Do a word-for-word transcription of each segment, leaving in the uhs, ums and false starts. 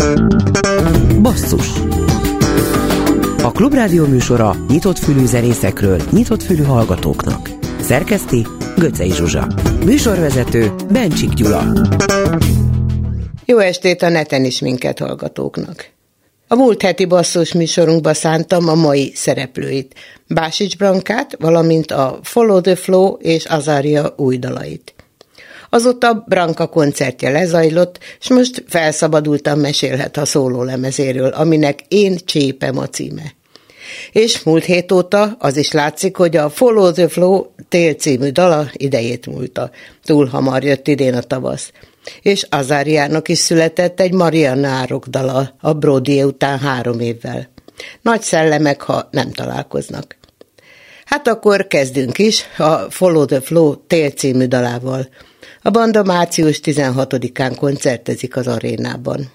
Basszus. A Klubrádió műsora nyitott fülű zenészekről, nyitott fülű hallgatóknak. Szerkeszti Göcsei Zsuzsa. Műsorvezető Bencsik Gyula. Jó estét a neten is minket hallgatóknak. A múlt heti basszus műsorunkba szántam a mai szereplőit, Básics Brankát, valamint a Follow the Flow és Azaria új dalait. Azóta Branka koncertje lezajlott, és most felszabadultan mesélhet a szólólemezéről, aminek Én csépem a címe. És múlt hét óta az is látszik, hogy a Follow the Flow tél című dala idejét múlta. Túl hamar jött idén a tavasz. És Azariának is született egy Marianna Árok dala a Brody után három évvel. Nagy szellemek, ha nem találkoznak. Hát akkor kezdünk is a Follow the Flow tél című dalával. A banda március tizenhatodikán koncertezik az arénában.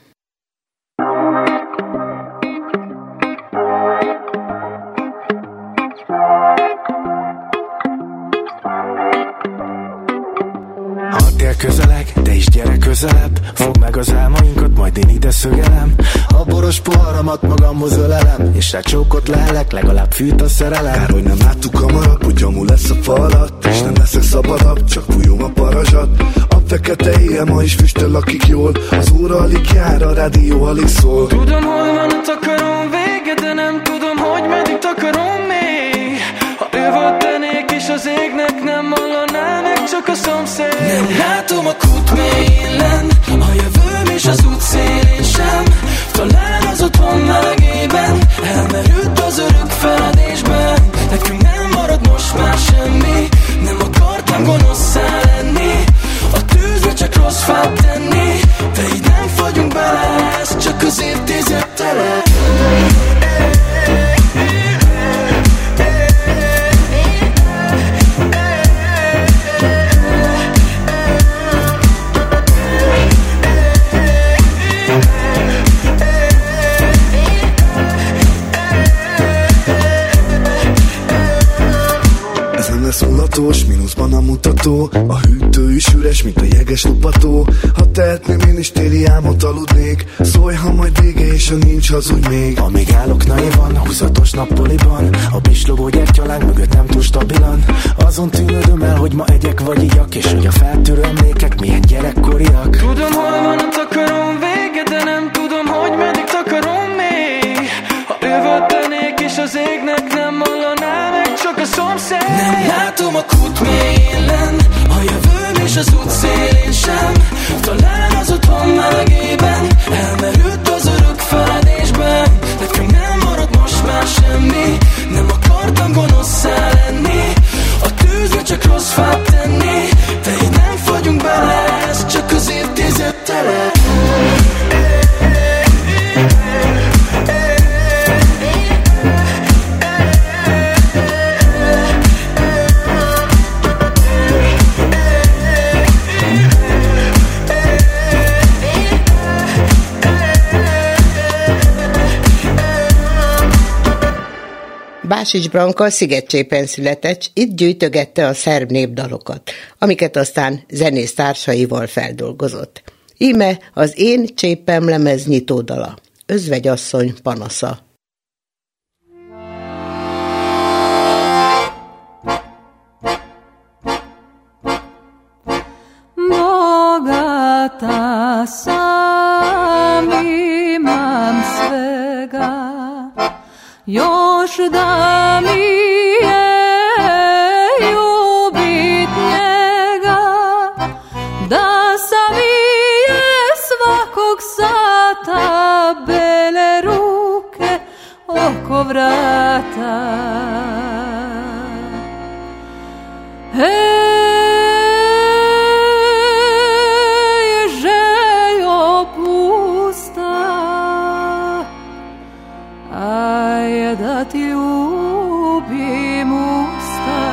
Közeleg, te is gyere közelebb. Fogd meg az álmainkat, majd én ide szögelem. A boros poharamat magamhoz ölelem, és rá csókot lelek, legalább fűt a szerelem. Kár, hogy nem láttuk hamarabb, hogy gyomul lesz a falat, és nem leszek szabadabb, csak fújom a parazsat. A fekete éjjel ma is füstöl, lakik jól. Az óra alig jár, a rádió alig szól. Tudom, hol van a takarom vége, de nem tudom, hogy meddig takarom még. Ha ő volt tennék, és az égnek nem hallaná meg, csak a szomszéd. Nem látom a kút mélyén lenn, a jövőm és az út szélén sem. Talán az otthon mágében elmerült az örök feledésben. Nekünk nem marad most már semmi, nem akartam gonoszszá lenni, a tűzre csak rossz fát tenni, de így nem fagyunk bele, ez csak az évtized tele. Szólatos, mínuszban a mutató, a hűtő is üres, mint a jeges lupató. Ha tehetném, én is téli álmot aludnék. Szólj, ha majd vége, és ha nincs, hazudj még. Amíg állok naivan, húzatos nappaliban, a pislogó gyertyalánk mögött nem túl stabilan. Azon tűnődöm el, hogy ma egyek vagy igyak, és hogy a feltörő emlékek milyen gyerekkoriak. Tudom, hol van a takarom vége, de nem tudom, hogy meddig takarom még. Ha ő volt tennék, és az égnek nem hallaná meg, csak a szomszéd. Nem látom a kút mélyén lenn, a jövőm és az út szélén sem. Talán az otthon mágében elmerült az örök feledésben. Nekünk nem marad most már semmi, nem akartam gonoszszá lenni, a tűzre csak rossz fát tenni, de így nem fagyunk bele, ez csak az évtized tele. Básics Branka Szigetcsépen született, itt gyűjtögette a szerb népdalokat, amiket aztán zenész társaival feldolgozott. Íme az Én csépem lemez nyitódala, Özvegyasszony panasza. Bogata sam, imam svega, još da mi je ljubit njega, da savije svakog sata bele ruke oko vrata. Hej, željo pusta, aj da ti ljubim usta.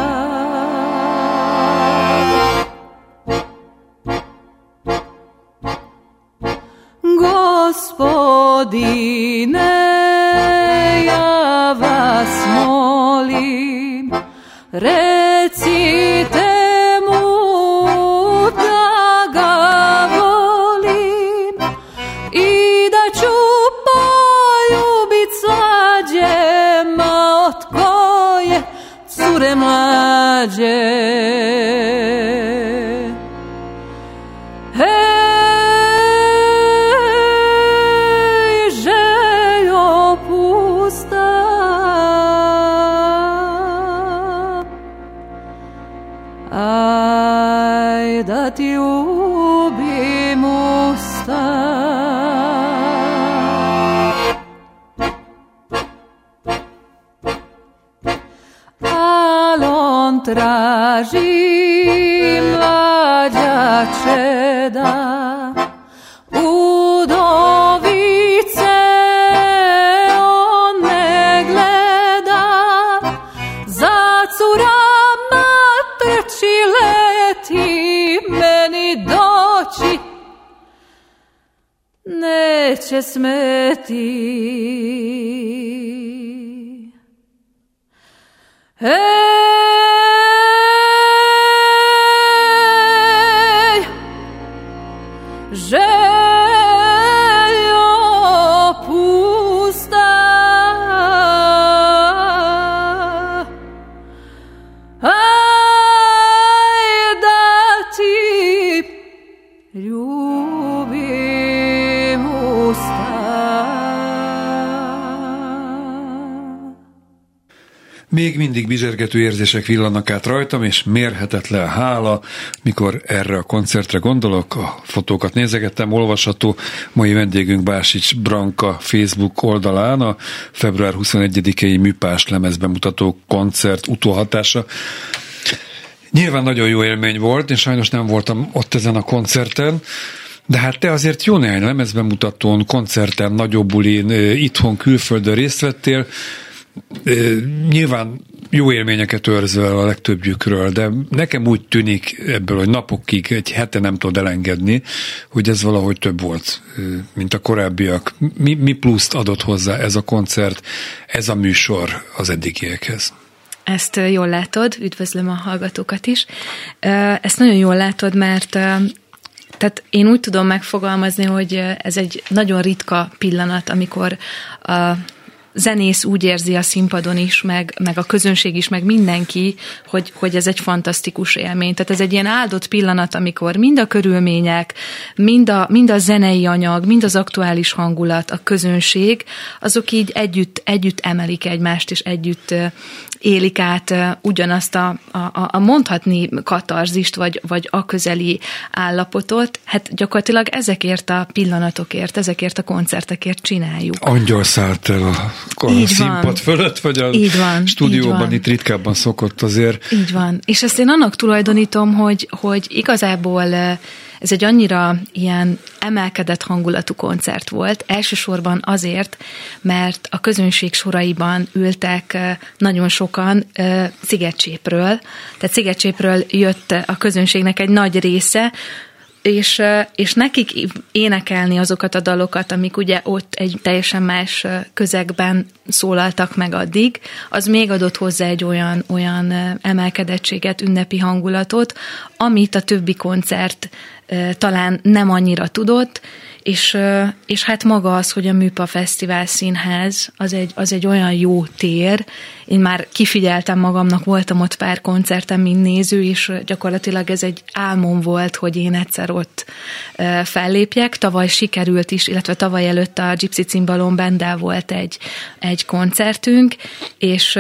Gospodine, ja vas molim, recite mu da ga volim i da ću cure mlađe. Hej, željo pusta, aj da ti ubim usta. Alon traži mlađače da udovice on ne gleda, za curama trči leti, meni doći neće smeti. Hej, željo pusta, aj da ti ljubim usta. Még mindig bizsergető érzések villanak át rajtam, és mérhetetlen hála, mikor erre a koncertre gondolok. A fotókat nézegettem, olvasható mai vendégünk Básics Branka Facebook oldalán a február huszonegyedikei Műpás lemezbemutató koncert utóhatása. Nyilván nagyon jó élmény volt, én sajnos nem voltam ott ezen a koncerten, de hát te azért jó néhány lemezbemutatón, koncerten, nagyobb bulin, itthon, külföldön részt vettél. Nyilván jó élményeket őrzöl a legtöbbjükről, de nekem úgy tűnik ebből, hogy napokig, egy hete nem tudod elengedni, hogy ez valahogy több volt, mint a korábbiak. Mi, mi pluszt adott hozzá ez a koncert, ez a műsor az eddigiekhez? Ezt jól látod, üdvözlöm a hallgatókat is. Ezt nagyon jól látod, mert tehát én úgy tudom megfogalmazni, hogy ez egy nagyon ritka pillanat, amikor a zenész úgy érzi a színpadon is, meg, meg a közönség is, meg mindenki, hogy, hogy ez egy fantasztikus élmény. Tehát ez egy ilyen áldott pillanat, amikor mind a körülmények, mind a, mind a zenei anyag, mind az aktuális hangulat, a közönség, azok így együtt, együtt emelik egymást, és együtt élik át ugyanazt a, a, a mondhatni katarzist, vagy, vagy a közeli állapotot. Hát gyakorlatilag ezekért a pillanatokért, ezekért a koncertekért csináljuk. Angyal szállt el a a színpad van. Fölött, vagy a így van, stúdióban itt ritkábban szokott azért. Így van. És ezt én annak tulajdonítom, hogy, hogy igazából ez egy annyira ilyen emelkedett hangulatú koncert volt, elsősorban azért, mert a közönség soraiban ültek nagyon sokan Szigetcsépről, tehát Szigetcsépről jött a közönségnek egy nagy része, És, és nekik énekelni azokat a dalokat, amik ugye ott egy teljesen más közegben szólaltak meg addig, az még adott hozzá egy olyan, olyan emelkedettséget, ünnepi hangulatot, amit a többi koncert talán nem annyira tudott, és, és hát maga az, hogy a Műpa Fesztivál Színház az egy, az egy olyan jó tér. Én már kifigyeltem magamnak, voltam ott pár koncerten, mint néző, és gyakorlatilag ez egy álmom volt, hogy én egyszer ott fellépjek. Tavaly sikerült is, illetve tavaly előtt a Gypsy Cimbalom Banddel volt egy, egy koncertünk, és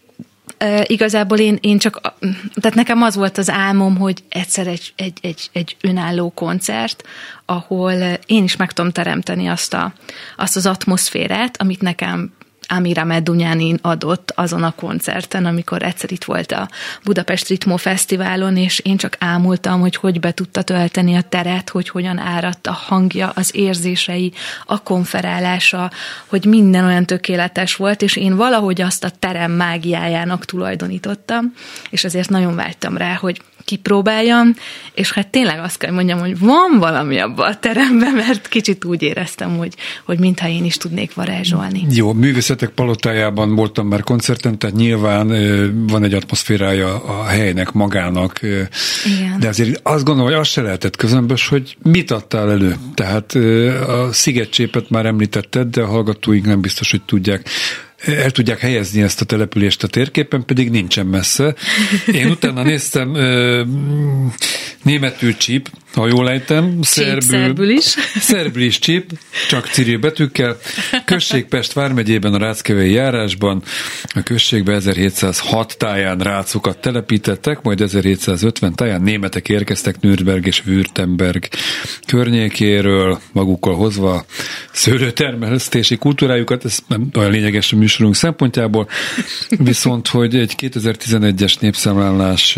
Uh, igazából én, én csak, tehát nekem az volt az álmom, hogy egyszer egy, egy, egy, egy önálló koncert, ahol én is meg tudom teremteni azt, a, azt az atmoszférát, amit nekem Amira Medunyanin adott azon a koncerten, amikor egyszer itt volt a Budapest Ritmo Fesztiválon, és én csak ámultam, hogy hogy be tudta tölteni a teret, hogy hogyan áradt a hangja, az érzései, a konferálása, hogy minden olyan tökéletes volt, és én valahogy azt a terem mágiájának tulajdonítottam, és ezért nagyon vágytam rá, hogy kipróbáljam, és hát tényleg azt kell mondjam, hogy van valami abban a teremben, mert kicsit úgy éreztem, hogy, hogy mintha én is tudnék varázsolni. Jó, Művészetek Palotájában voltam már koncerten, tehát nyilván van egy atmoszférája a helynek magának, igen. De azért azt gondolom, hogy azt se lehetett közömbös, hogy mit adtál elő. Tehát a Szigetcsépet már említetted, de a hallgatóink nem biztos, hogy tudják. el tudják helyezni ezt a települést a térképen, pedig nincsen messze. Én utána néztem, németül Csíp, ha jól ejtem, szerbül, szerbül is. Szerbül is Csíp, csak ciril betűkkel. Község Pest vármegyében, a Ráckevei járásban, a községbe ezerhétszázhat táján rácokat telepítettek, majd ezerhétszázötven táján németek érkeztek Nürnberg és Württemberg környékéről, magukkal hozva szőlőtermesztési kultúrájukat, ez nem olyan lényeges a műsorunk szempontjából, viszont, hogy egy kétezer-tizenegyes népszámlálás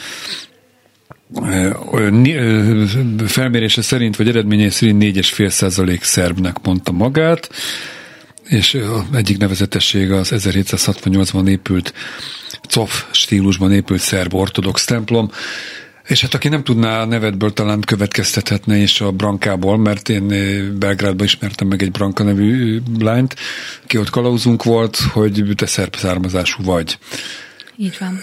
felmérése szerint, vagy eredményei szerint négy egész öt százalék szerbnek mondta magát, és egyik nevezetessége az ezerhétszázhatvannyolcban épült, cof stílusban épült szerb ortodox templom, és hát aki nem tudná a nevedből, talán következtethetne is a Brankából, mert én Belgrádban ismertem meg egy Branka nevű lányt, aki ott kalauzunk volt, hogy te szerb származású vagy. Így van.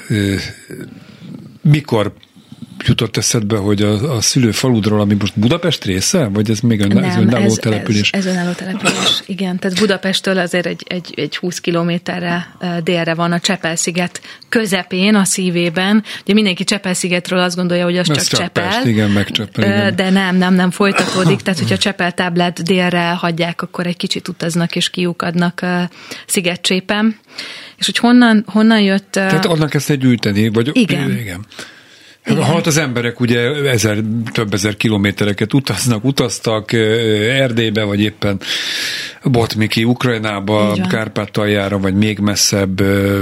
Mikor jutott eszedbe, hogy a, a szülő faludról, ami most Budapest része? Vagy ez még Nem, ez önálló ez, település? Ez, ez önálló település, igen. Tehát Budapesttől azért egy, egy, egy húsz kilométerre délre van a Csepel-sziget közepén, a szívében. Ugye mindenki Csepel-szigetről azt gondolja, hogy az ez csak, csak Csepel. Pest, igen, meg Csepel, igen. De nem, nem, nem folytatódik. Tehát, hogyha Csepel táblát délre hagyják, akkor egy kicsit utaznak és kiukadnak Szigetcsépen. És hogy honnan, honnan jött... Tehát onnan kezdte gyűjteni? Vagy, igen. igen. Ha az emberek ugye ezer, több ezer kilométereket utaznak, utaztak Erdélybe, vagy éppen Botmiki, Ukrajnába, Kárpátaljára, vagy még messzebb,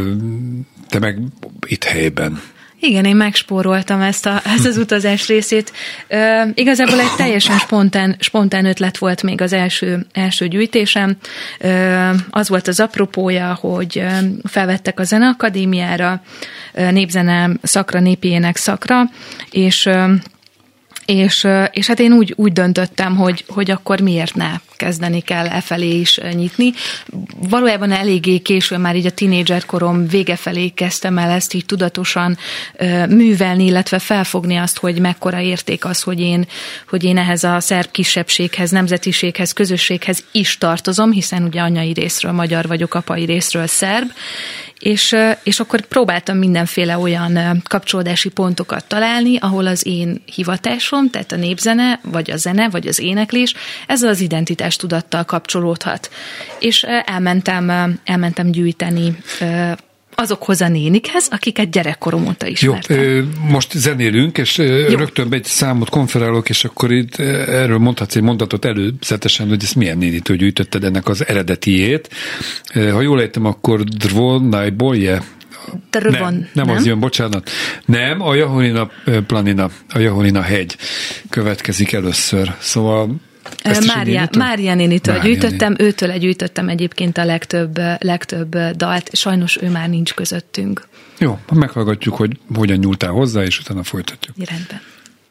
te meg itt helyben. Igen, én megspóroltam ezt, a, ezt az utazás részét. E, igazából egy teljesen spontán, spontán ötlet volt még az első, első gyűjtésem. E, az volt az apropója, hogy felvettek a Zeneakadémiára, népzene szakra, népi ének szakra, és És, és hát én úgy, úgy döntöttem, hogy, hogy akkor miért ne kezdeni kell e felé is nyitni. Valójában eléggé későn, már így a tínédzser korom vége felé kezdtem el ezt így tudatosan művelni, illetve felfogni azt, hogy mekkora érték az, hogy én, hogy én ehhez a szerb kisebbséghez, nemzetiséghez, közösséghez is tartozom, hiszen ugye anyai részről magyar vagyok, apai részről szerb, És, és akkor próbáltam mindenféle olyan kapcsolódási pontokat találni, ahol az én hivatásom, tehát a népzene, vagy a zene, vagy az éneklés, ezzel az identitástudattal kapcsolódhat. És elmentem, elmentem gyűjteni azokhoz a nénikhez, akiket gyerekkorom óta ismertem. Jó, most zenélünk, és Jó. rögtön egy számot konferálok, és akkor itt erről mondhatsz egy mondatot előzetesen, hogy ezt milyen nénitől gyűjtötted ennek az eredetiét. Ha jól ejtem, akkor Dvonajbolje. Nem, nem, nem az jön, bocsánat. Nem, a Jahorina Planina, a Jahorina hegy következik először. Szóval Mária, Mária nénitől Mária gyűjtöttem, néni. Őtől gyűjtöttem egyébként a legtöbb, legtöbb dalt, sajnos ő már nincs közöttünk. Jó, meghallgatjuk, hogy hogyan nyúltál hozzá, és utána folytatjuk. Rendben.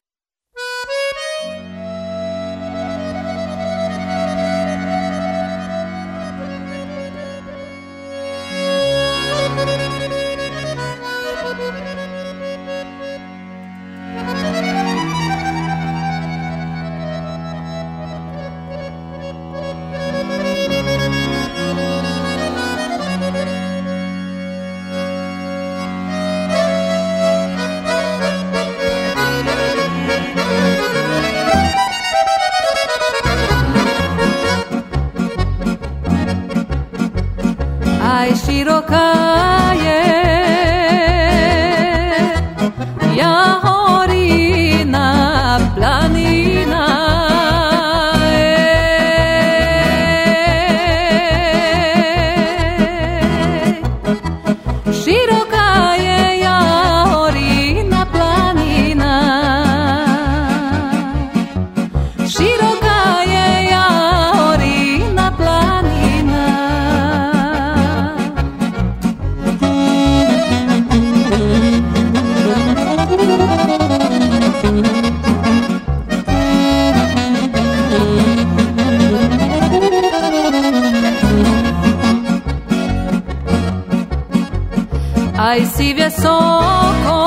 Aj si visoko,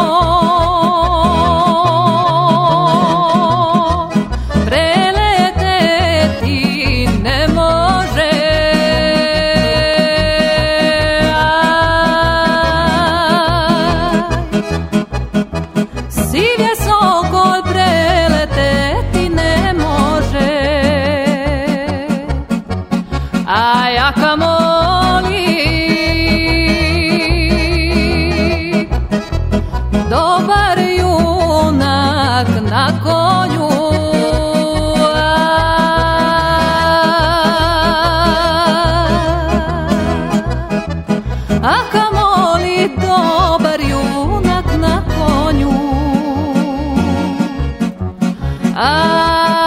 preleteti ne može. Aj, akamoli, dobar junak na konju. Akamoli, dobar junak na konju. Aj,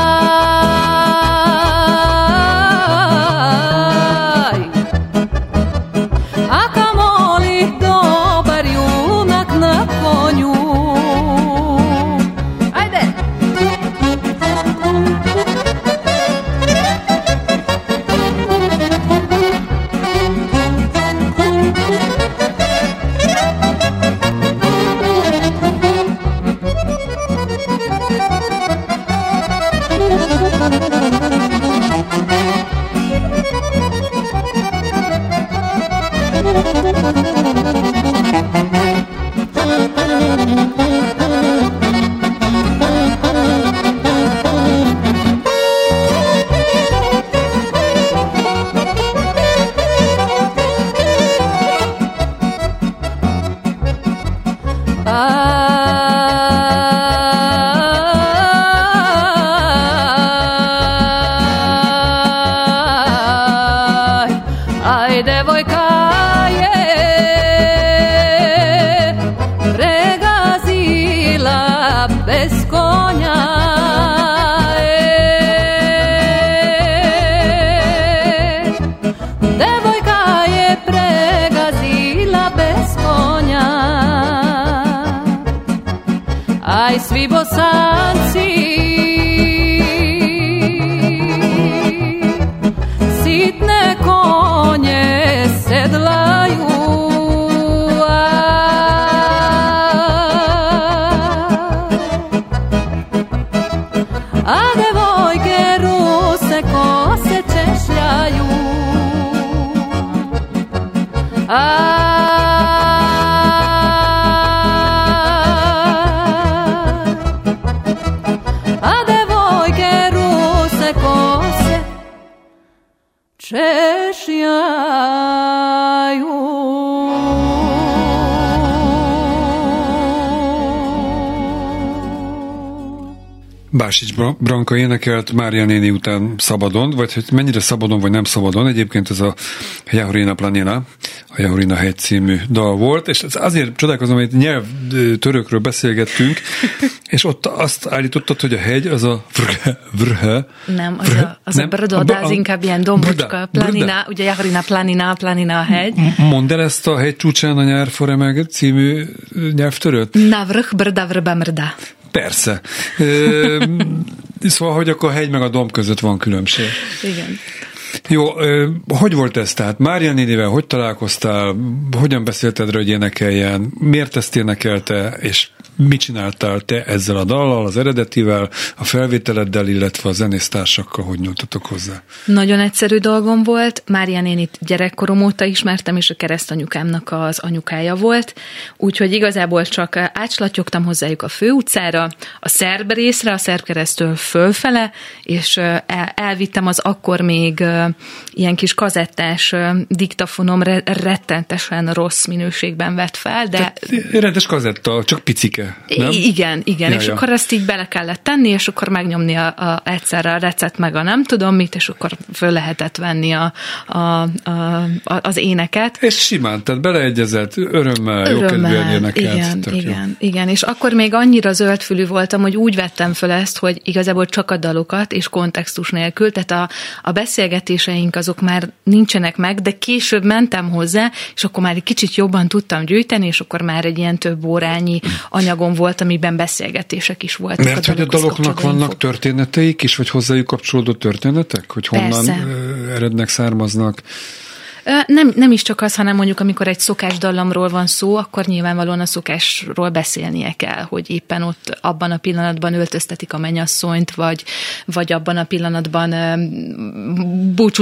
svi Bosanci sitne konje sedlaju, a devojke ruse kose češljaju. A Básics Branka énekelt Mária néni után szabadon, vagy hogy mennyire szabadon, vagy nem szabadon. Egyébként ez a Jahorina Planina, a Jahorina hegy című dal volt, és azért csodálkozom, hogy nyelvtörökről beszélgettünk, és ott azt állítottad, hogy a hegy az a vrhe, vrhe. Nem, az vrhe, a, az nem, a brdo, de az inkább ilyen dombocska, planina, brda. Ugye Jahorina Planina, Planina a hegy. Mondd el ezt a Hegy csúcsán a nyár foremeg című nyelvtörőt? Na vrh, brda, vrba, mrda. Persze. Szóval, hogy akkor a hegy meg a domb között van különbség. Igen. Jó, hogy volt ez? Tehát Mária nénivel hogy találkoztál? Hogyan beszélted rá, hogy énekeljen? Miért ezt énekelte? És mit csináltál te ezzel a dallal, az eredetivel, a felvételeddel, illetve a zenésztársakkal, hogy nyújtatok hozzá? Nagyon egyszerű dolgom volt. Mária nénit gyerekkorom óta ismertem, és a keresztanyukámnak az anyukája volt. Úgyhogy igazából csak átslatyogtam hozzájuk a főutcára, a szerb részre, a szerb keresztől fölfele, és elvittem az akkor még ilyen kis kazettás diktafonom rettentesen rossz minőségben vett fel, de... Rendes kazetta, csak picike. Nem? Igen, igen, ja, és ja. Akkor azt így bele kellett tenni, és akkor megnyomni a, a, egyszerre a recept meg a nem tudom mit, és akkor föl lehetett venni a, a, a, a, az éneket. És simán, tehát beleegyezett, örömmel, jókedvűen énekelt. Igen, igen, igen, és akkor még annyira zöldfülű voltam, hogy úgy vettem föl ezt, hogy igazából csak a dalokat, és kontextus nélkül, tehát a, a beszélgetéseink azok már nincsenek meg, de később mentem hozzá, és akkor már egy kicsit jobban tudtam gyűjteni, és akkor már egy ilyen több órányi anyagom volt, amiben beszélgetések is voltak. Mert a hogy a daloknak vannak info. Történeteik is, vagy hozzájuk kapcsolódó történetek? Hogy honnan Persze. erednek, származnak? Nem, nem is csak az, hanem mondjuk amikor egy szokás dallamról van szó, akkor nyilvánvalóan a szokásról beszélnie kell, hogy éppen ott abban a pillanatban öltöztetik a mennyasszonyt, vagy, vagy abban a pillanatban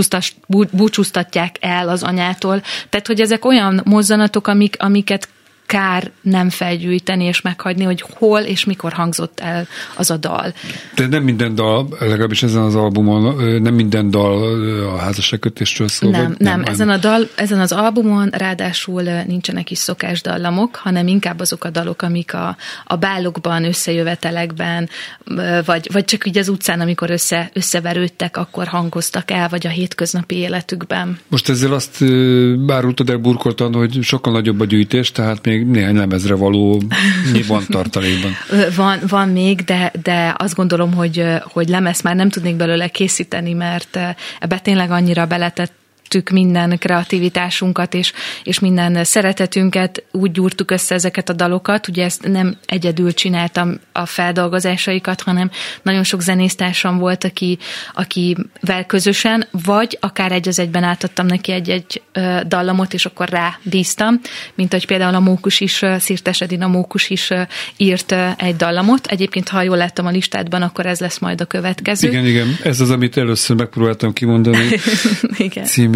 búcsúztatják el az anyától. Tehát, hogy ezek olyan mozzanatok, amik, amiket kár nem felgyűjteni és meghagyni, hogy hol és mikor hangzott el az a dal. De nem minden dal, legalábbis ezen az albumon, nem minden dal a házasságkötésről szól? Nem, nem, nem. Ezen, a dal, ezen az albumon ráadásul nincsenek is szokásdallamok, hanem inkább azok a dalok, amik a, a bálokban, összejövetelekben, vagy, vagy csak így az utcán, amikor össze, összeverődtek, akkor hangoztak el, vagy a hétköznapi életükben. Most ezzel azt árultad el burkoltan, hogy sokkal nagyobb a gyűjtés, tehát még néhány lemezre való mi van tartalékban. Van, van még, de, de azt gondolom, hogy, hogy lemez már nem tudnék belőle készíteni, mert ebbe tényleg annyira beletett minden kreativitásunkat és, és minden szeretetünket, úgy gyúrtuk össze ezeket a dalokat, ugye ezt nem egyedül csináltam a feldolgozásaikat, hanem nagyon sok zenésztársam volt, aki, akivel közösen, vagy akár egy az egyben átadtam neki egy-egy ö, dallamot, és akkor rá bíztam, mint hogy például a Mókus is, Szirtes Edina Mókus is ö, írt ö, egy dallamot. Egyébként, ha jól láttam a listádban, akkor ez lesz majd a következő. Igen, igen, ez az, amit először megpróbáltam kimondani. Igen. Címileg.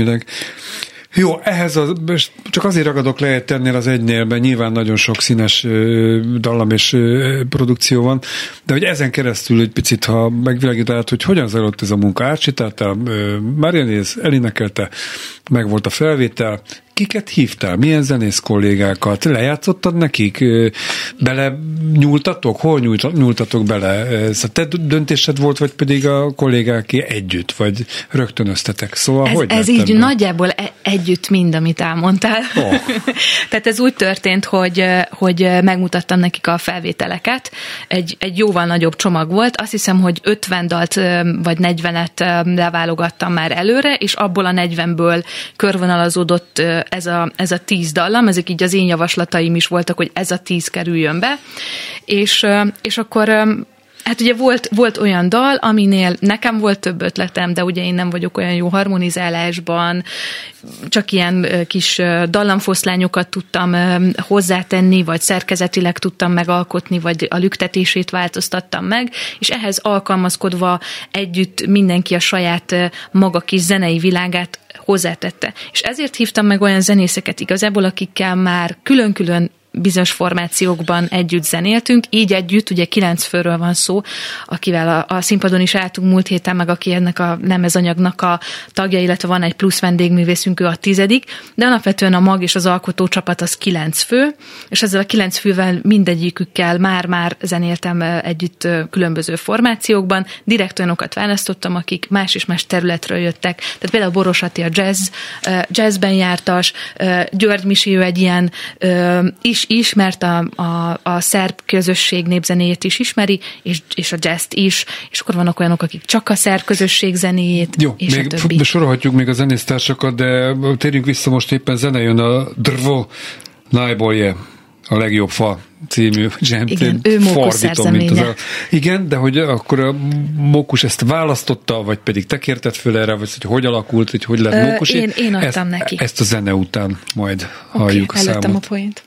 Jó, ehhez az, csak azért ragadok le tennél az egynél, mert nyilván nagyon sok színes ö, dallam és ö, produkció van, de hogy ezen keresztül egy picit, ha megvilágítanád, hogy hogyan zajlott ez a munka, átsétáltál, Marianéz elénekelte, meg volt a felvétel, kiket hívtál? Milyen zenész kollégákat? Lejátszottad nekik? Bele nyúltatok? Hol nyúltatok bele? Szóval te döntésed volt, vagy pedig a kollégáké együtt? Vagy rögtönöztetek? Szóval ez, hogy ez így be? nagyjából együtt mind, amit elmondtál. Oh. Tehát ez úgy történt, hogy, hogy megmutattam nekik a felvételeket. Egy, egy jóval nagyobb csomag volt. Azt hiszem, hogy ötven dalt vagy negyvenet leválogattam már előre, és abból a negyvenből körvonalazódott ez a, ez a tíz dallam, ezek így az én javaslataim is voltak, hogy ez a tíz kerüljön be, és, és akkor hát ugye volt, volt olyan dal, aminél nekem volt több ötletem, de ugye én nem vagyok olyan jó harmonizálásban, csak ilyen kis dallamfoszlányokat tudtam hozzátenni, vagy szerkezetileg tudtam megalkotni, vagy a lüktetését változtattam meg, és ehhez alkalmazkodva együtt mindenki a saját maga kis zenei világát hozzátette. És ezért hívtam meg olyan zenészeket igazából, akikkel már külön-külön bizonyos formációkban együtt zenéltünk, így együtt, ugye kilenc főről van szó, akivel a, a színpadon is álltunk múlt héten, meg aki ennek a lemezanyagnak a tagja, illetve van egy plusz vendégművészünk, ő a tizedik, de alapvetően a mag és az alkotó csapat az kilenc fő, és ezzel a kilenc fővel mindegyikükkel már-már zenéltem együtt különböző formációkban, direkt olyanokat választottam, akik más és más területről jöttek, tehát például Boros Ati a jazz, jazzben jártas, György Misi, ő egy ilyen is ismert a, a, a szerb közösség népzenéjét is ismeri, és, és a jazzt is, és akkor vannak olyanok, akik csak a szerb közösség zenéjét, jó, és még a többi. Sorolhatjuk még a zenésztársakat, de térjünk vissza, most éppen zene jön a Drvo Najbolje, a legjobb fa című. Igen, ő Mókus szerzeménye. Igen, de hogy akkor a Mókus ezt választotta, vagy pedig te kérted föl erre, vagy hogy hogy alakult, hogy hogy lett Mókusé? Én, én adtam ezt, neki. Ezt a zene után majd okay, halljuk a számot. előttem a point.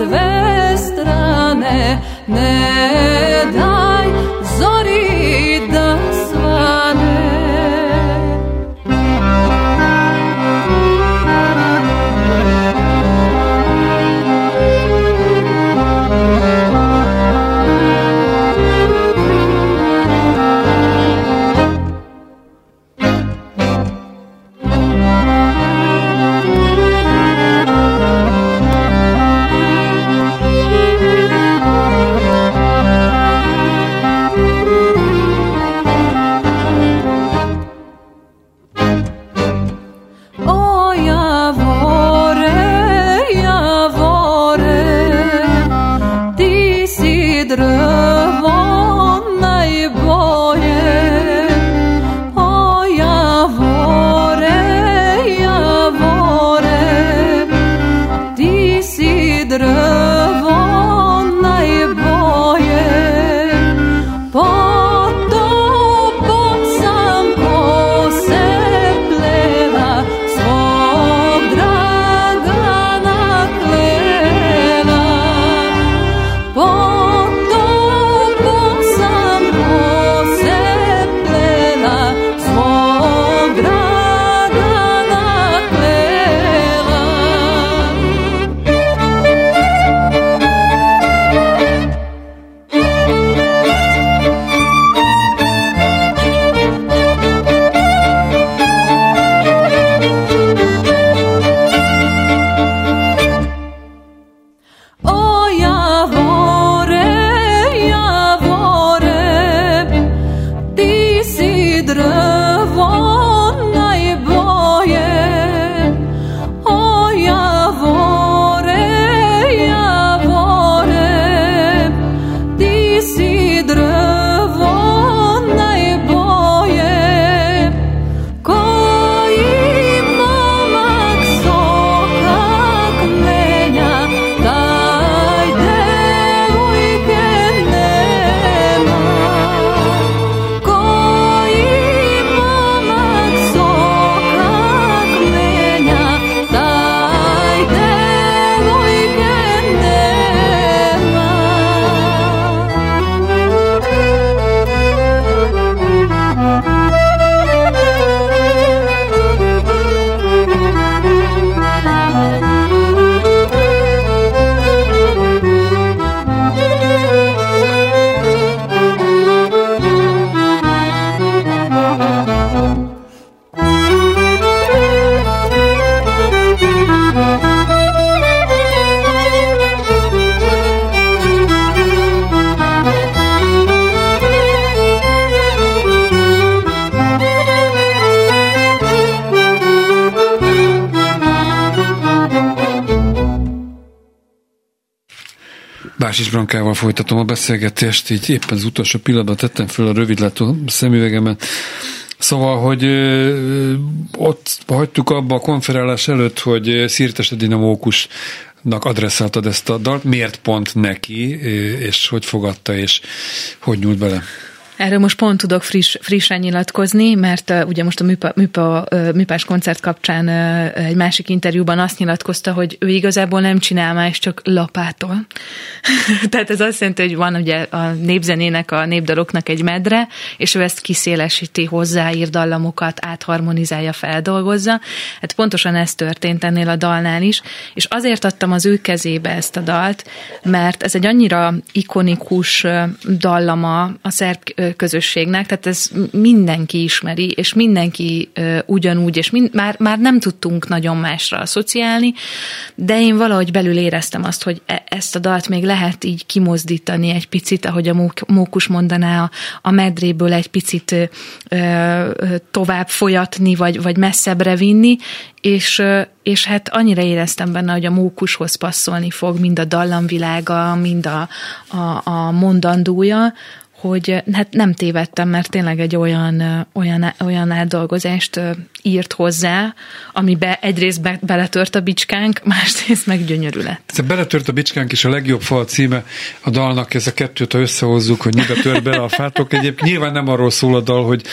Ne daj zori Básics Brankával folytatom a beszélgetést, így éppen az utolsó pillanatban tettem föl a rövidlátó szemüvegemet. Szóval, hogy ö, ott hagytuk abba a konferálás előtt, hogy Szirtes Edina Mókusnak adresszáltad ezt a dalt. Miért pont neki, és hogy fogadta, és hogy nyúlt bele? Erről most pont tudok friss, frissen nyilatkozni, mert uh, ugye most a műpa, műpa, uh, műpás koncert kapcsán uh, egy másik interjúban azt nyilatkozta, hogy ő igazából nem csinál más, csak lapától. Tehát ez azt jelenti, hogy van ugye a népzenének, a népdaloknak egy medre, és ő ezt kiszélesíti, hozzáír dallamokat, átharmonizálja, feldolgozza. Hát pontosan ez történt ennél a dalnál is, és azért adtam az ő kezébe ezt a dalt, mert ez egy annyira ikonikus dallama a szerb közösségnek, tehát ez mindenki ismeri, és mindenki uh, ugyanúgy, és mind, már, már nem tudtunk nagyon másra asszociálni, de én valahogy belül éreztem azt, hogy e- ezt a dalt még lehet így kimozdítani egy picit, ahogy a Mókus mondaná, a, a medréből egy picit uh, uh, tovább folyatni, vagy, vagy messzebbre vinni, és, uh, és hát annyira éreztem benne, hogy a Mókushoz passzolni fog mind a dallamvilága, mind a, a, a mondandója, hogy hát nem tévedtem, mert tényleg egy olyan, olyan, olyan átdolgozást írt hozzá, amiben egyrészt be, beletört a bicskánk, másrészt meg gyönyörű lett. Ez a beletört a bicskánk és a legjobb fa a címe a dalnak, ez a kettőt, ha összehozzuk, hogy mibe tört bele a fátok. Egyébként nyilván nem arról szól a dal, hogy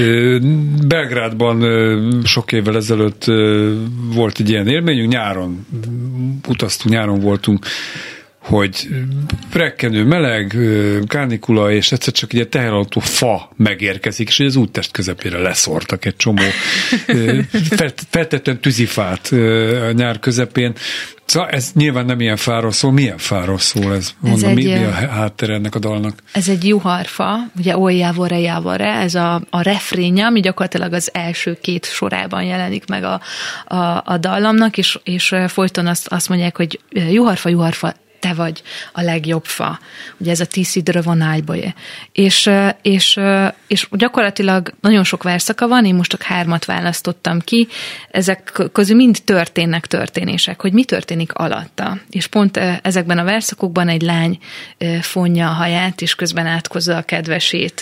Belgrádban sok évvel ezelőtt volt egy ilyen élményünk, nyáron utaztunk, nyáron voltunk, hogy rekkenő meleg, kánikula, és egyszer csak egy teherautó fa megérkezik, és hogy az úttest közepére leszórtak egy csomó feltetően tűzifát a nyár közepén. Szóval ez nyilván nem ilyen fáról szól. Milyen fáról szól ez? Mondom, ez egy, mi, mi a háttere ennek a dalnak? Ez egy juharfa, ugye oly jávore jávore, ez a, a refrénje, ami gyakorlatilag az első két sorában jelenik meg a, a, a dallamnak, és, és folyton azt, azt mondják, hogy juharfa, juharfa, te vagy a legjobb fa. Ugye ez a ti si drvonajboje. És, és, és gyakorlatilag nagyon sok verszaka van, én most csak hármat választottam ki, ezek közül mind történnek történések, hogy mi történik alatta. És pont ezekben a verszakokban egy lány fonja a haját, és közben átkozza a kedvesét.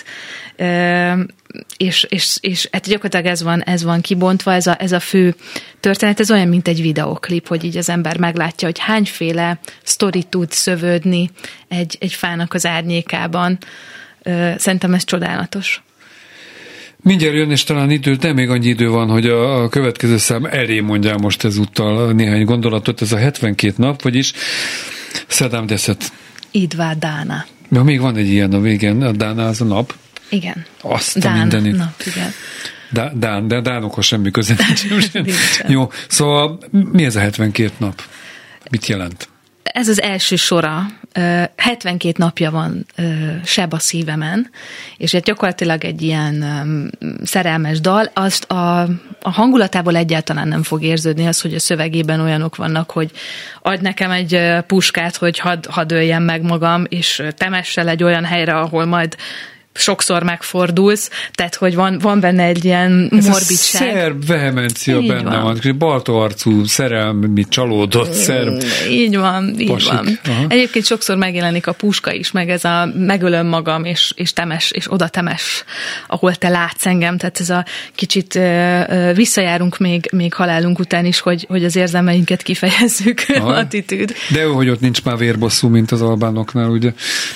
És, és, és hát gyakorlatilag ez van, ez van kibontva, ez a, ez a fő történet, ez olyan, mint egy videoklip, hogy így az ember meglátja, hogy hányféle sztori tud szövődni egy, egy fának az árnyékában. Szerintem ez csodálatos. Mindjárt jön, és talán idő, de még annyi idő van, hogy a, a következő szám elé mondjál most ezúttal néhány gondolatot. Ez a hetvenkét nap, vagyis Szedám Deszet. Idvá Dána. Ja, még van egy ilyen a végén, a Dána az a nap. Igen. Azt a mindenit. Nap, igen. Dán, Dán, de Dánokhoz semmi köze nincs. Jó, szóval mi ez a hetvenkét nap? Mit jelent? Ez az első sora. hetvenkét napja van seb a szívemen, és ez gyakorlatilag egy ilyen szerelmes dal. Azt a, a hangulatából egyáltalán nem fog érződni az, hogy a szövegében olyanok vannak, hogy adj nekem egy puskát, hogy hadd had öljem meg magam, és temess el egy olyan helyre, ahol majd sokszor megfordulsz, tehát hogy van, van benne egy ilyen morbidság. Ez a szerb vehemencia így benne van. van. Balta arcú, szerelmi, csalódott szerb. Így van, így pasik. Van. Aha. Egyébként sokszor megjelenik a puska is, meg ez a megölöm magam, és, és temes, és oda temes, ahol te látsz engem, tehát ez a kicsit uh, visszajárunk még, még halálunk után is, hogy, hogy az érzelmeinket kifejezzük, attitűd. De jó, hogy ott nincs már vérbosszú, mint az albánoknál, ugye?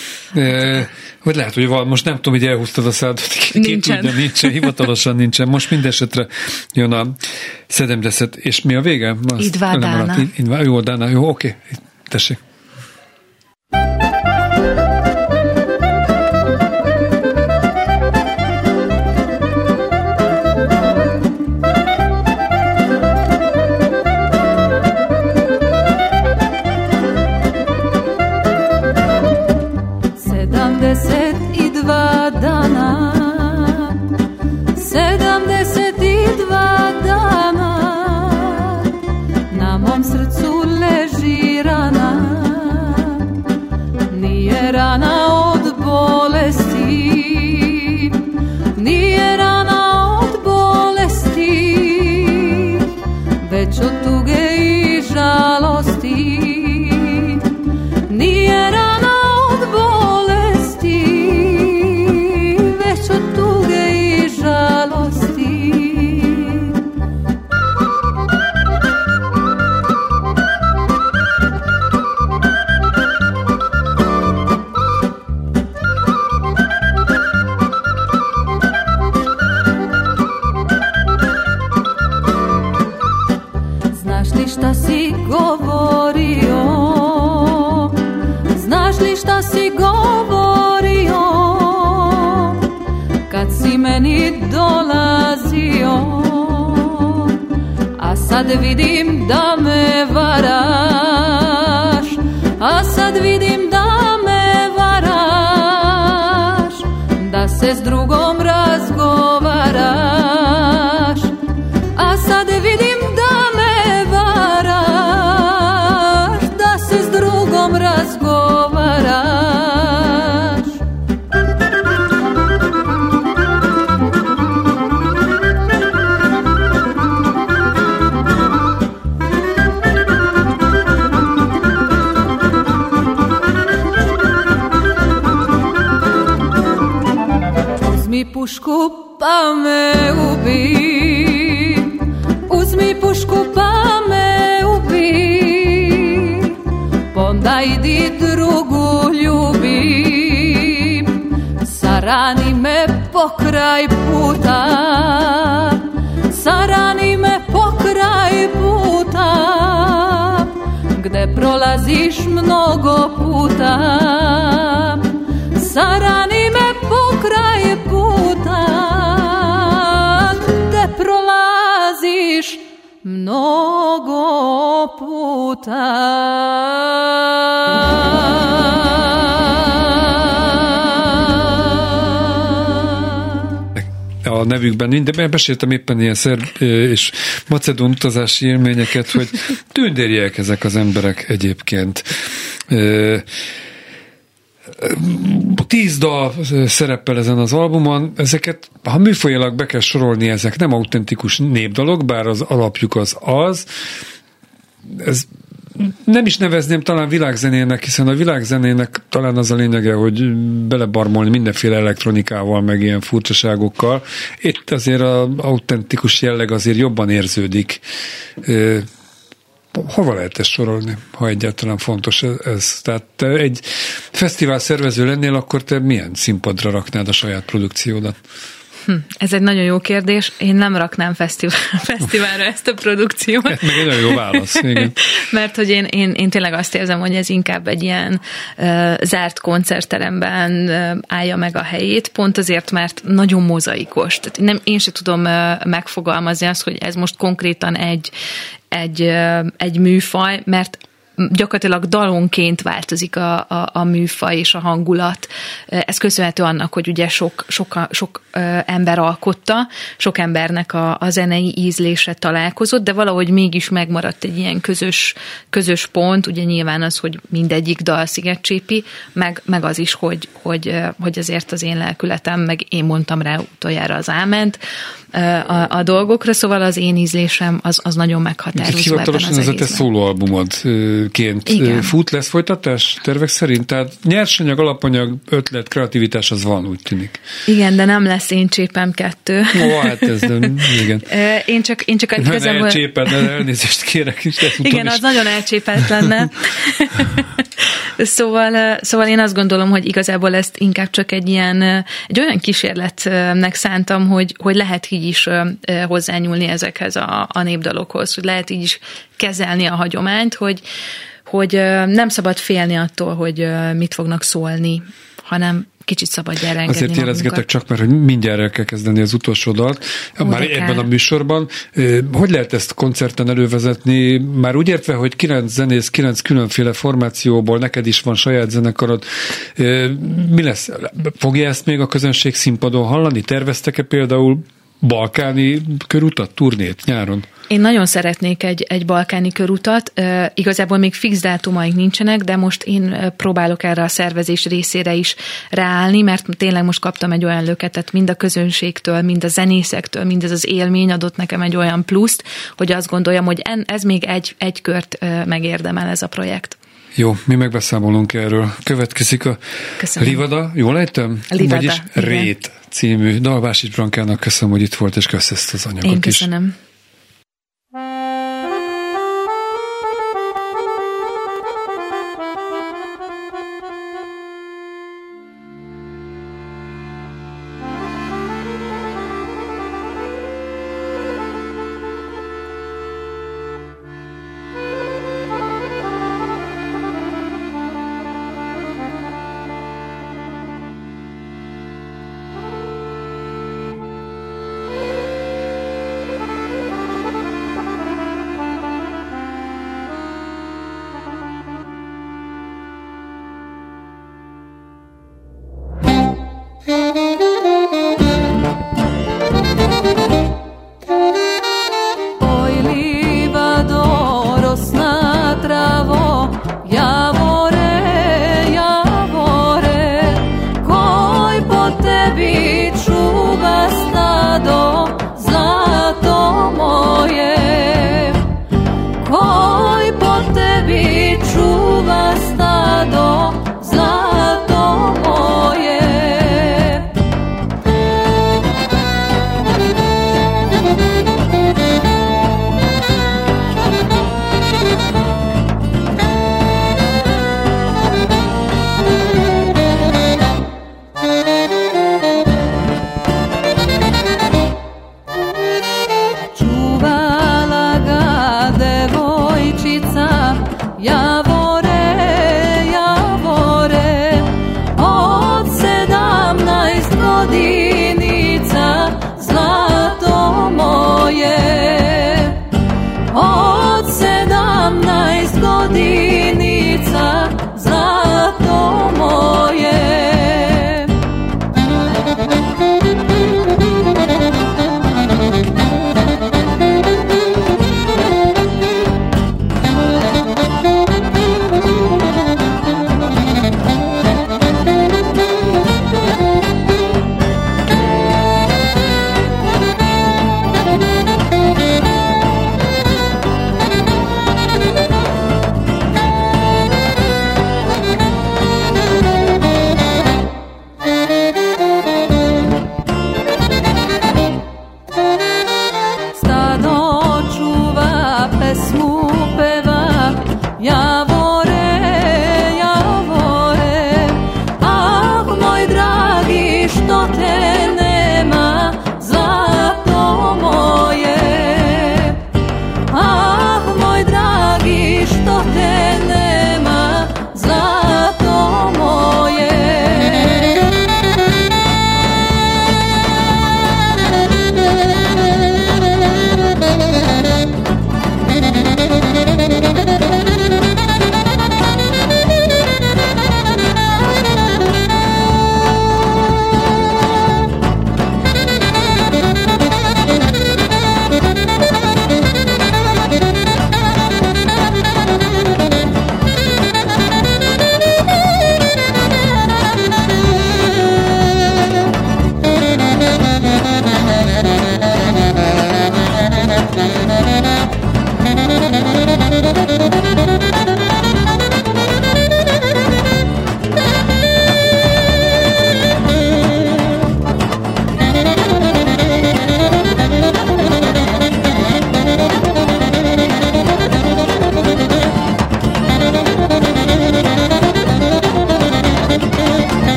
E, vagy lehet, hogy van, most nem tudom, hogy elhúztad a szádat, nincsen. Tudja, nincsen, hivatalosan nincsen. Most mindesetre jön a Szedám Deszet, és mi a vége? Idvá Dána. Idvá, jó, Dána, jó, oké, tessék. Već od tuge i žalosti nije šta si govorio kad si meni dolazio, a sad vidim da me varaš, a sad vidim da me varaš, da se s drugom razgovaraš, a sad vidim da me varaš, da se s drugom razgovaraš. Uzmi pušku pa me ubi, uzmi pušku pa me ubi, onda idi drugu ljubi, sarani me pokraj puta, sarani me pokraj puta, gde prolaziš mnogo puta, sarani me pokraj puta, gde prolaziš mnogo puta. A nevükben mind, de meséltem éppen ilyen szerb és macedón utazási élményeket, hogy tündériek ezek az emberek egyébként. Tíz dal szerepel ezen az albumon, ezeket, ha műfajilag be kell sorolni, ezek nem autentikus népdalok, bár az alapjuk az az. Ez nem is nevezném talán világzenének, hiszen a világzenének talán az a lényege, hogy belebarmolni mindenféle elektronikával, meg ilyen furcsaságokkal. Itt azért az autentikus jelleg azért jobban érződik. Hova lehet ezt sorolni, ha egyáltalán fontos ez? Tehát te egy fesztivál szervező lennél, akkor te milyen színpadra raknád a saját produkciódat? Hm, ez egy nagyon jó kérdés. Én nem raknám fesztivál, fesztiválra ezt a produkciót. Meg egy nagyon jó válasz. Igen. Mert hogy én, én, én tényleg azt érzem, hogy ez inkább egy ilyen uh, zárt koncertteremben uh, állja meg a helyét, pont azért, mert nagyon mozaikos. Tehát nem, én sem tudom uh, megfogalmazni azt, hogy ez most konkrétan egy, egy, uh, egy műfaj, mert gyakorlatilag dalonként változik a, a, a műfaj és a hangulat. Ez köszönhető annak, hogy ugye sok, sok, sok ember alkotta, sok embernek a, a zenei ízlése találkozott, de valahogy mégis megmaradt egy ilyen közös, közös pont, ugye nyilván az, hogy mindegyik dal szigetcsépi, meg, meg az is, hogy, hogy, hogy azért az én lelkületem, meg én mondtam rá utoljára az áment a, a dolgokra, szóval az én ízlésem az, az nagyon meghatározó ebben az egészben. Ez a te szólóalbumodként fut, lesz folytatás tervek szerint? Tehát nyersanyag, alapanyag, ötlet, kreativitás az van, úgy tűnik. Igen, de nem lesz Én csépem kettő. Ó, hát ez nem, igen. Én csak, én csak egy kezemben... Elcséped, elnézést kérek is. Igen, is. Az nagyon elcsépelt lenne. Szóval, szóval én azt gondolom, hogy igazából ezt inkább csak egy ilyen, egy olyan kísérletnek szántam, hogy, hogy lehet így is hozzányúlni ezekhez a, a népdalokhoz, hogy lehet így is kezelni a hagyományt, hogy, hogy nem szabad félni attól, hogy mit fognak szólni, hanem kicsit szabadjára engedni Azért jelezgetek csak, mert hogy mindjárt el kell kezdeni az utolsó dalt. Már ebben a műsorban. Hogy lehet ezt koncerten elővezetni? Már úgy értve, hogy kilenc zenész, kilenc különféle formációból, neked is van saját zenekarod. Mi lesz? Fogja ezt még a közönség színpadon hallani? Terveztek-e például balkáni körutat, turnét nyáron? Én nagyon szeretnék egy, egy balkáni körutat. Uh, igazából még fix dátumaink nincsenek, de most én uh, próbálok erre a szervezés részére is ráállni, mert tényleg most kaptam egy olyan löketet mind a közönségtől, mind a zenészektől, mind ez az élmény adott nekem egy olyan pluszt, hogy azt gondoljam, hogy en, ez még egy, egy kört uh, megérdemel ez a projekt. Jó, mi megbeszámolunk erről. Következik a Köszönöm. Livada, jól ejtem? Livada, vagyis igen. Rét című dal. Básics Brankának köszönöm, hogy itt volt, és kösz ezt az anyagot is. Én köszönöm. Is.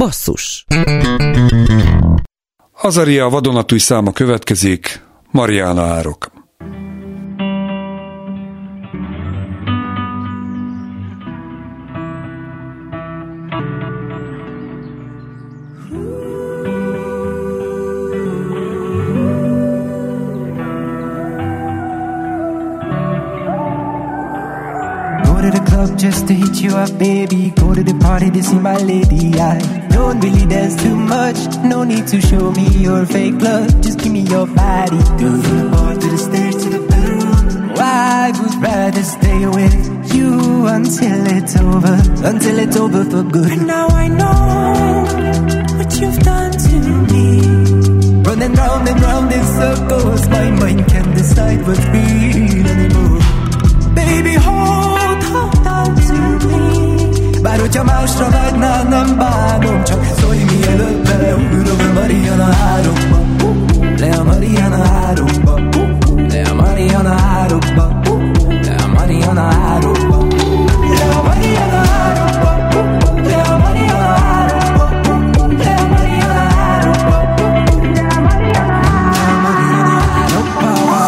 Basszus. Azaria vadonatúj száma következik, Mariana Árok. Just to hit you up, baby. Go to the party to see my lady. I don't really dance too much. No need to show me your fake love. Just give me your body. Go from the bar to the stairs to the bedroom. I would rather stay with you until it's over. Until it's over for good. And now I know what you've done to me. Running round and round in circles. My mind can't decide what's real anymore. Baby, hold, hold on to me. Bár hogyha másra vágynál, nem bánom. Csak szólj mielőtt beleugrok a Mariana háromba. Le a Mariana háromba. Le a Mariana háromba. Le a Mariana háromba. Le a Mariana háromba. Le a Mariana háromba. Le a Mariana háromba. Le a Mariana háromba.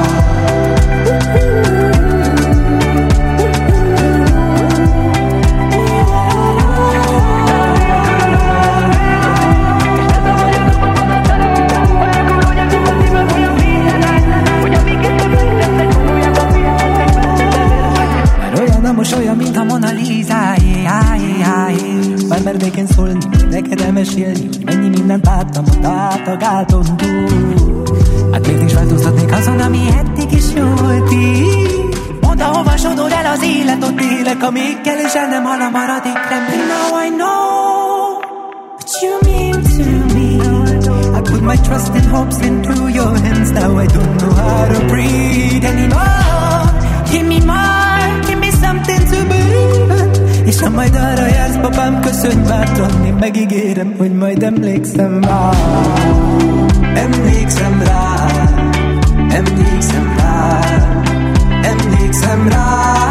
Most olyan, mint a Mona Lisa, már mervéken szólni, neked elmesélni, hogy mennyi mindent láttam ott át a gáton túl. Hát miért is változtatnék azon, ami eddig is jó volt így? Mondd, ahova sodor el az élet, ott élek, amíg kell, és el nem hal a maradék remény. Now I know what you mean to me. I put my trust and hopes into your hands. Now I don't know how to breathe anymore. Give me more, give me something to believe in. És ha majd arra jársz, papám, köszönj bátran, én megígérem, hogy majd emlékszem rá. Emlékszem rá, emlékszem rá, emlékszem rá.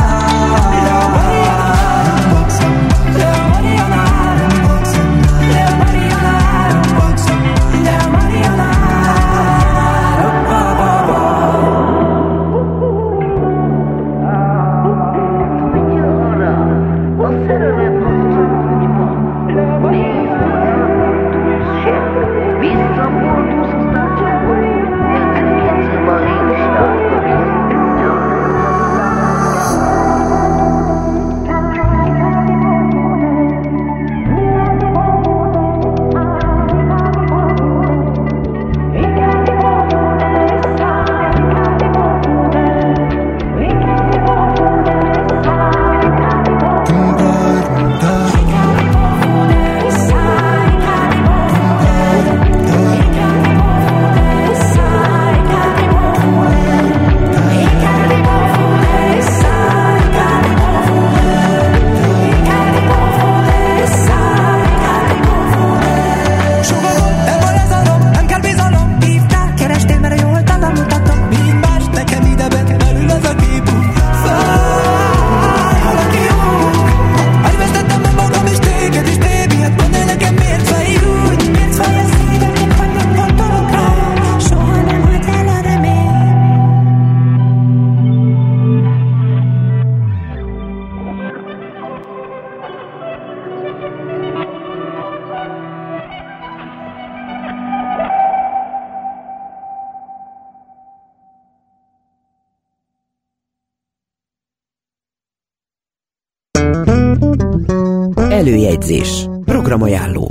Előjegyzés. Programajánló.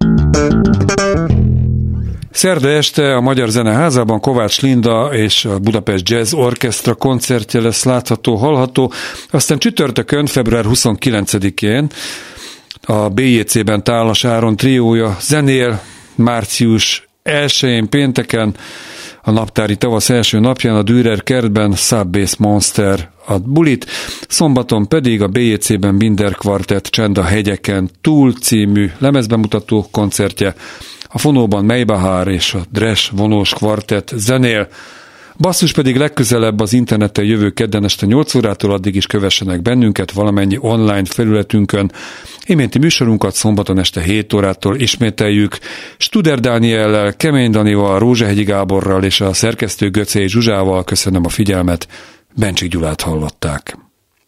Szerda este a Magyar Zeneházában Kovács Linda és a Budapest Jazz Orchestra koncertje lesz látható, hallható. Aztán csütörtökön, február huszonkilencedikén a bé jé cé-ben Tálas Áron triója zenél, március elsején pénteken, a naptári tavasz első napján a Dürer kertben Sub-Bass Monster ad bulit, szombaton pedig a bé jé cé-ben Binder Kvartett Csend a hegyeken túl című lemezbemutató koncertje, a fonóban Meibahár és a Dresch vonós kvartett zenél, Basszus pedig legközelebb az interneten jövő kedden este nyolc órától, addig is kövessenek bennünket valamennyi online felületünkön. Iménti műsorunkat szombaton este hét órától ismételjük. Studer Dániellel, Kemény Danival, Rózsahegyi Gáborral és a szerkesztő Göcé Zsuzsával köszönöm a figyelmet. Bencsik Gyulát hallották.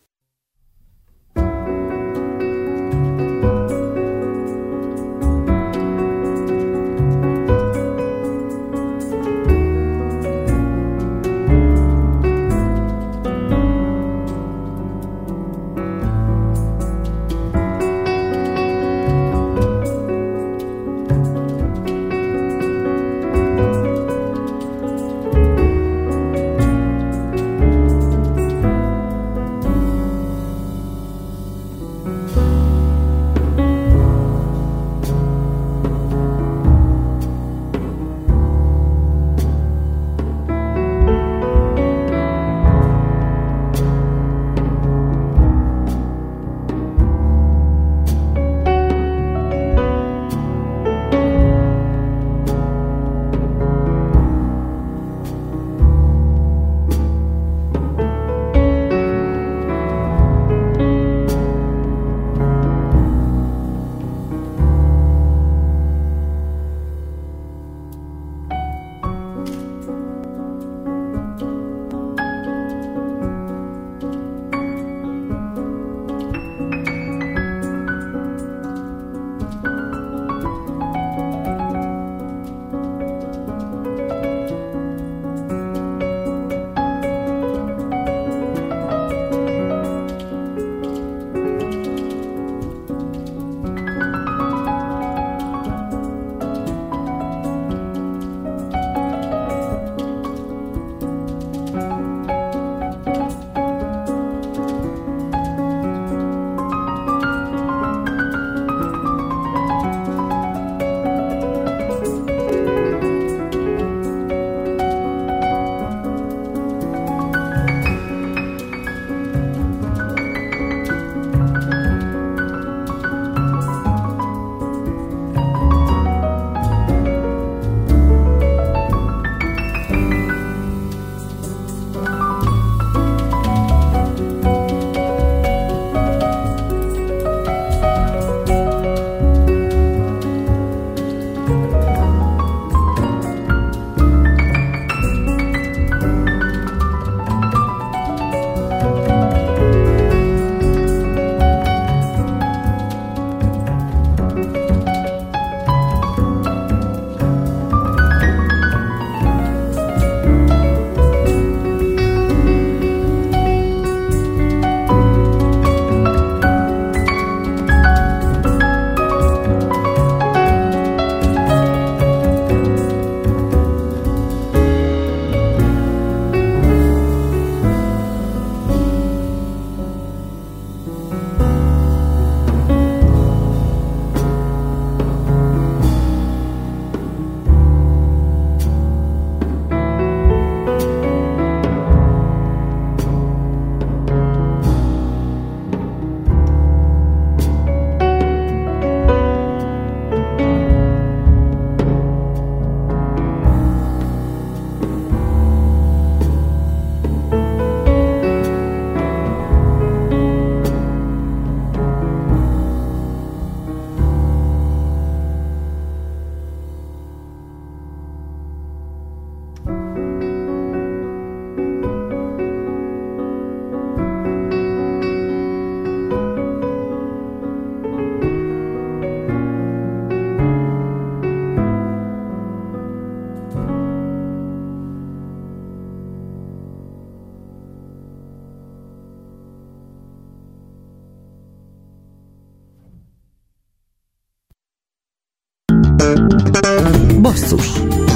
Basszus.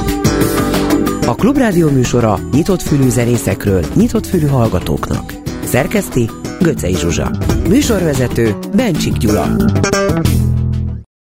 A Klubrádió műsora nyitott fülű zenészekről, nyitott fülű hallgatóknak. Szerkeszti Göcei Zsuzsa. Műsorvezető Bencsik Gyula.